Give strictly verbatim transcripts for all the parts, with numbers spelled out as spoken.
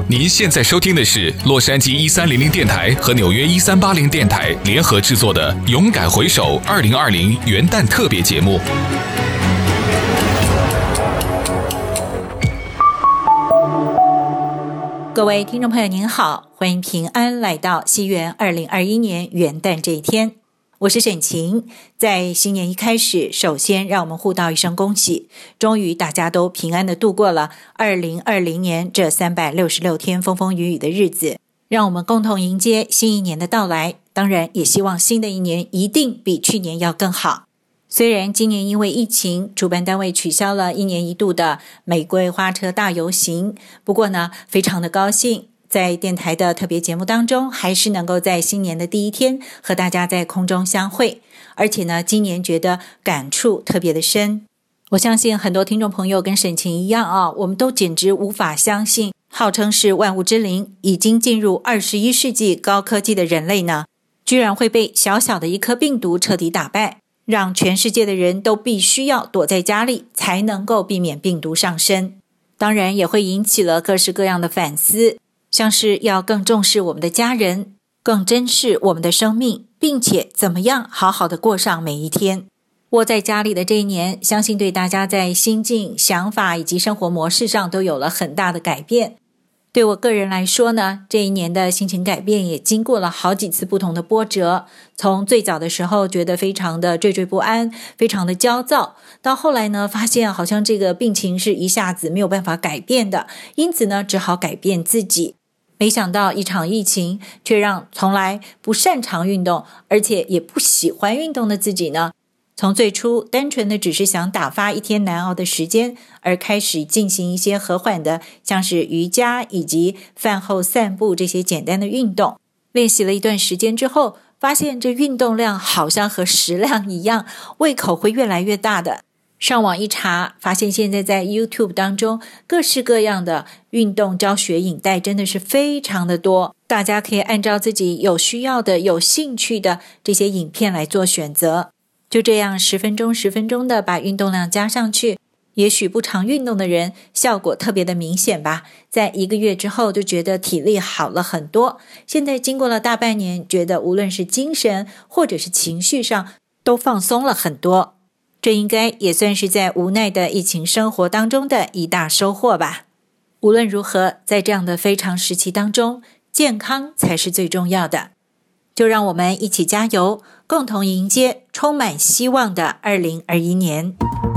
您现在收听的是洛杉矶一三零零电台和纽约一三八零电台联合制作的《勇敢回首二零二零元旦特别节目》。 各位听众朋友您好，欢迎平安来到西元二零二一年元旦这一天，我是沈晴。在新年一开始，首先让我们互道一声恭喜，终于大家都平安的度过了二零二零年这三百六十六天风风雨雨的日子，让我们共同迎接新一年的到来。当然也希望新的一年一定比去年要更好。虽然今年因为疫情，主办单位取消了一年一度的玫瑰花车大游行，不过呢，非常的高兴，在电台的特别节目当中，还是能够在新年的第一天和大家在空中相会，而且呢，今年觉得感触特别的深。我相信很多听众朋友跟沈晴一样啊，我们都简直无法相信，号称是万物之灵，已经进入二十一世纪高科技的人类呢，居然会被小小的一颗病毒彻底打败，让全世界的人都必须要躲在家里，才能够避免病毒上身。当然也会引起了各式各样的反思，像是要更重视我们的家人，更珍视我们的生命，并且怎么样好好的过上每一天。窝在家里的这一年，相信对大家在心境、想法以及生活模式上都有了很大的改变。对我个人来说呢，这一年的心情改变也经过了好几次不同的波折，从最早的时候觉得非常的惴惴不安，非常的焦躁，到后来呢，发现好像这个病情是一下子没有办法改变的，因此呢，只好改变自己。没想到一场疫情却让从来不擅长运动，而且也不喜欢运动的自己呢，从最初单纯的只是想打发一天难熬的时间，而开始进行一些和缓的，像是瑜伽以及饭后散步这些简单的运动。练习了一段时间之后，发现这运动量好像和食量一样，胃口会越来越大的。上网一查，发现现在在 YouTube 当中各式各样的运动教学影带真的是非常的多，大家可以按照自己有需要的、有兴趣的这些影片来做选择。就这样十分钟十分钟的把运动量加上去，也许不常运动的人效果特别的明显吧，在一个月之后就觉得体力好了很多，现在经过了大半年，觉得无论是精神或者是情绪上都放松了很多。这应该也算是在无奈的疫情生活当中的一大收获吧。无论如何，在这样的非常时期当中，健康才是最重要的。就让我们一起加油，共同迎接充满希望的二零二一年。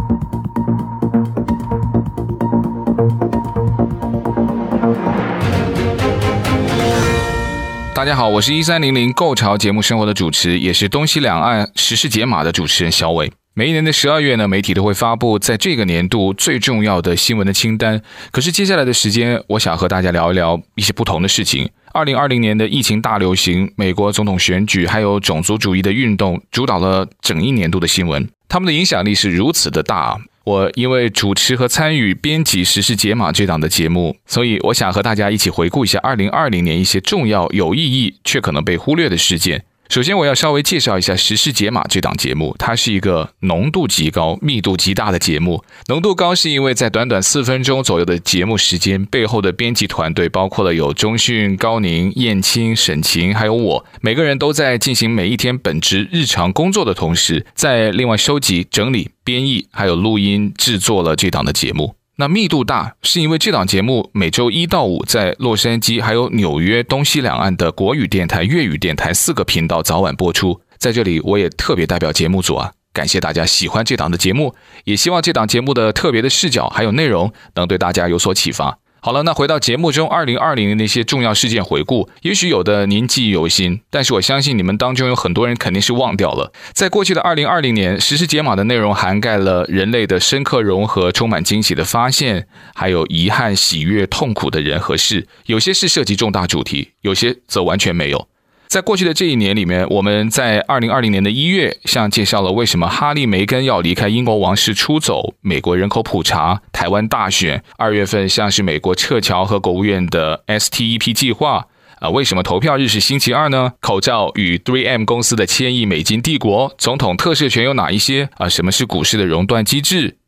大家好，我是一三零零购潮节目生活的主持，也是东西两岸时事解码的主持人小伟。每一年的十二月呢，媒体都会发布在这个年度最重要的新闻的清单。可是接下来的时间，我想和大家聊一聊一些不同的事情。二零二零年的疫情大流行、美国总统选举，还有种族主义的运动，主导了整一年度的新闻。他们的影响力是如此的大。我因为主持和参与编辑时事解码这档的节目，所以我想和大家一起回顾一下二零二零年一些重要、有意义却可能被忽略的事件。首先我要稍微介绍一下时事解码这档节目，它是一个浓度极高、密度极大的节目。浓度高是因为在短短四分钟左右的节目时间，背后的编辑团队包括了有钟迅、高宁、燕青、沈晴还有我，每个人都在进行每一天本职日常工作的同时，在另外收集、整理、编译还有录音制作了这档的节目。那密度大是因为这档节目每周一到五在洛杉矶还有纽约东西两岸的国语电台、粤语电台四个频道早晚播出。在这里我也特别代表节目组啊，感谢大家喜欢这档的节目，也希望这档节目的特别的视角还有内容能对大家有所启发。好了，那回到节目中二零二零年的一些重要事件回顾，也许有的您记忆犹新，但是我相信你们当中有很多人肯定是忘掉了。在过去的二零二零年，时事解码的内容涵盖了人类的深刻融合、充满惊喜的发现，还有遗憾、喜悦、痛苦的人和事，有些是涉及重大主题，有些则完全没有。在过去的这一年里面，我们在二零二零年的一月像介绍了为什么哈利梅根要离开英国王室出走，美国人口普查，台湾大选，二月份像是美国撤侨和国务院的 S T E P 计划，啊，为什么投票日是星期二呢？口罩与 三 M 公司的千亿美金帝国，总统特赦权有哪一些？啊，什么是股市的熔断机制？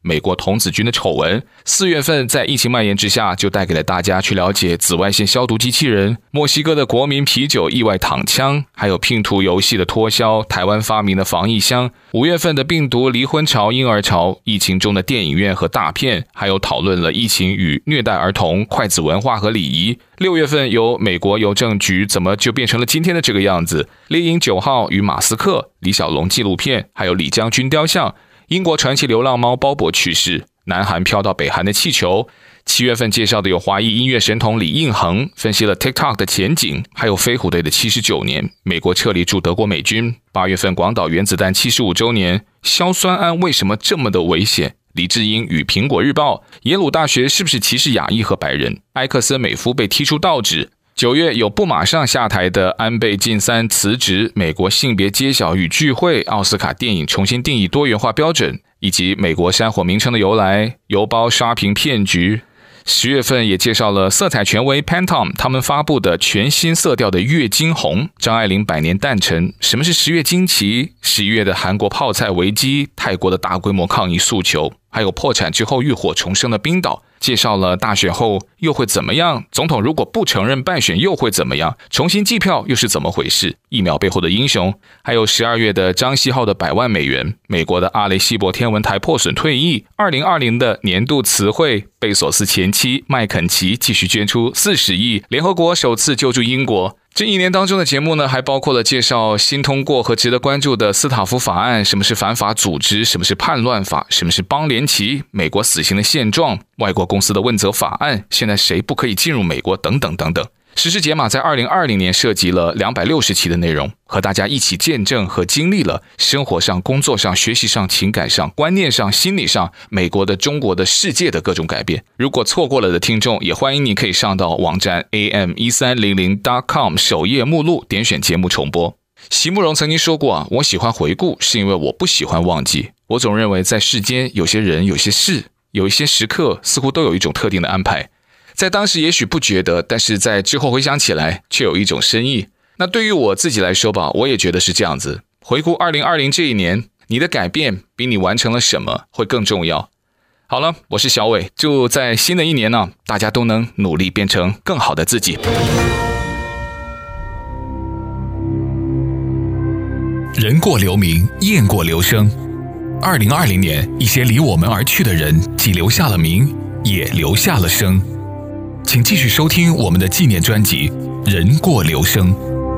美国童子军的丑闻。四月份在疫情蔓延之下，就带给了大家去了解紫外线消毒机器人、墨西哥的国民啤酒意外躺枪，还有拼图游戏的脱销，台湾发明的防疫箱。五月份的病毒离婚潮、婴儿潮，疫情中的电影院和大片，还有讨论了疫情与虐待儿童、筷子文化和礼仪。六月份有美国邮政局怎么就变成了今天的这个样子，猎鹰九号与马斯克、李小龙纪录片，还有李将军雕像，英国传奇流浪猫鲍勃去世，南韩飘到北韩的气球。七月份介绍的有华裔音乐神童李应恒，分析了 TikTok 的前景，还有飞虎队的七十九年，美国撤离驻德国美军。八月份广岛原子弹七十五周年，硝酸铵为什么这么的危险？李智英与苹果日报，耶鲁大学是不是歧视亚裔和白人？埃克森美夫被踢出道指。九月有不马上下台的安倍晋三辞职，美国性别揭晓与聚会，奥斯卡电影重新定义多元化标准，以及美国山火名称的由来，邮包刷屏骗局。十月份也介绍了色彩权威 Pantone 他们发布的全新色调的月经红，张爱玲百年诞辰，什么是十月惊奇，十一月的韩国泡菜危机，泰国的大规模抗议诉求，还有破产之后浴火重生的冰岛，介绍了大选后又会怎么样，总统如果不承认败选又会怎么样，重新计票又是怎么回事，疫苗背后的英雄，还有十二月的张锡浩的百万美元，美国的阿雷西博天文台破损退役，二零二零的年度词汇，贝索斯前妻麦肯齐继续捐出四十亿，联合国首次救助英国。这一年当中的节目呢，还包括了介绍新通过和值得关注的斯塔夫法案，什么是反法组织，什么是叛乱法，什么是邦联旗，美国死刑的现状，外国公司的问责法案，现在谁不可以进入美国等等等等。时事解码在二零二零年涉及了两百六十期的内容，和大家一起见证和经历了生活上、工作上、学习上、情感上、观念上、心理上，美国的、中国的、世界的各种改变。如果错过了的听众，也欢迎你可以上到网站 a m 一三零零 点 com 首页目录，点选节目重播。席慕容曾经说过啊，我喜欢回顾，是因为我不喜欢忘记。我总认为在世间有些人、有些事、有一些时刻，似乎都有一种特定的安排。在当时也许不觉得，但是在之后回想起来却有一种深意。那对于我自己来说吧，我也觉得是这样子。回顾二零二零这一年，你的改变比你完成了什么会更重要。好了，我是小伟，祝在新的一年呢，大家都能努力变成更好的自己。 人过留名，雁过留声。二零二零年，一些离我们而去的人，既留下了名，也留下了声。请继续收听我们的纪念专辑《人过留声》。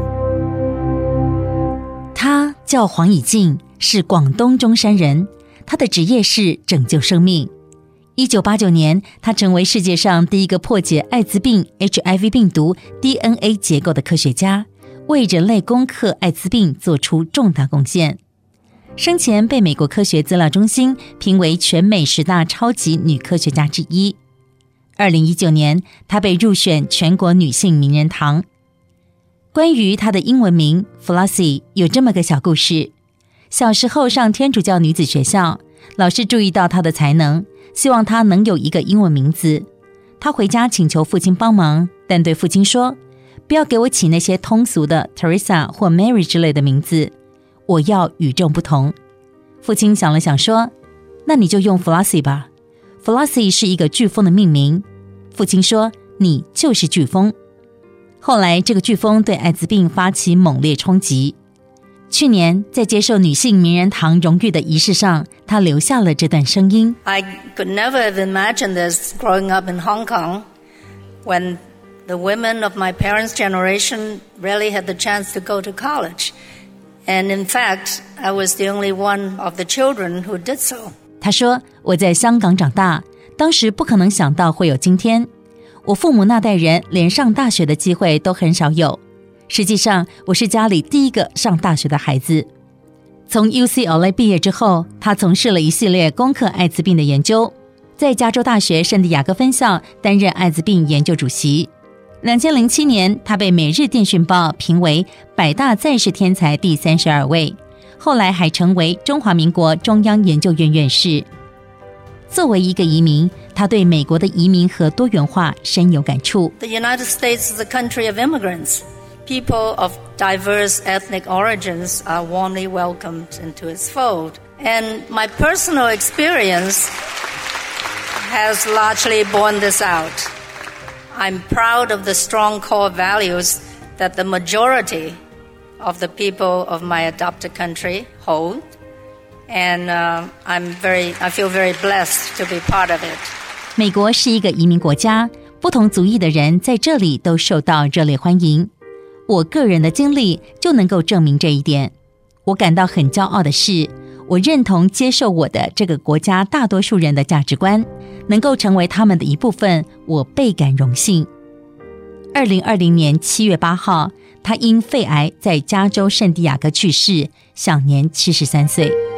他叫黄以静，是广东中山人，他的职业是拯救生命。一九八九年，他成为世界上第一个破解艾滋病 H I V 病毒 D N A 结构的科学家，为人类攻克艾滋病做出重大贡献。生前被美国科学资料中心评为全美十大超级女科学家之一。二零一九年，她被入选全国女性名人堂。关于她的英文名 Flossie 有这么个小故事。小时候上天主教女子学校，老师注意到她的才能，希望她能有一个英文名字。她回家请求父亲帮忙，但对父亲说，不要给我起那些通俗的 Teresa 或 Mary 之类的名字，我要与众不同。父亲想了想说，那你就用 Flossie 吧。Flossie 是一个飓风的命名。父亲说，你就是飓风。后来这个飓风对艾滋病发起猛烈冲击。去年在接受女性名人堂荣誉的仪式上，她留下了这段声音。 I could never have imagined this growing up in Hong Kong when the women of my parents' generation rarely had the chance to go to college. And in fact, I was the only one of the children who did so. 她说，我在香港长大，当时不可能想到会有今天。我父母那代人连上大学的机会都很少有。实际上，我是家里第一个上大学的孩子。从 U C L A 毕业之后，她从事了一系列攻克艾滋病的研究，在加州大学圣地亚哥分校担任艾滋病研究主席。二零零七年，她被《每日电讯报》评为百大在世天才第三十二位，后来还成为中华民国中央研究院院士。作为一个移民，他对美国的移民和多元化深有感触。 The United States is a country of immigrants. People of diverse ethnic origins are warmly welcomed into its fold. And my personal experience has largely borne this out. I'm proud of the strong core values that the majority of the people of my adopted country hold, and uh, I'm very, I feel very blessed to be part of it. 美国是一个移民国家，不同族裔的人在这里都受到热烈欢迎。我个人的经历就能够证明这一点。我感到很骄傲的是，我认同接受我的这个国家大多数人的价值观，能够成为他们的一部分，我倍感荣幸。二零二零年七月八号，他因肺癌在加州圣地亚哥去世，享年七十三岁。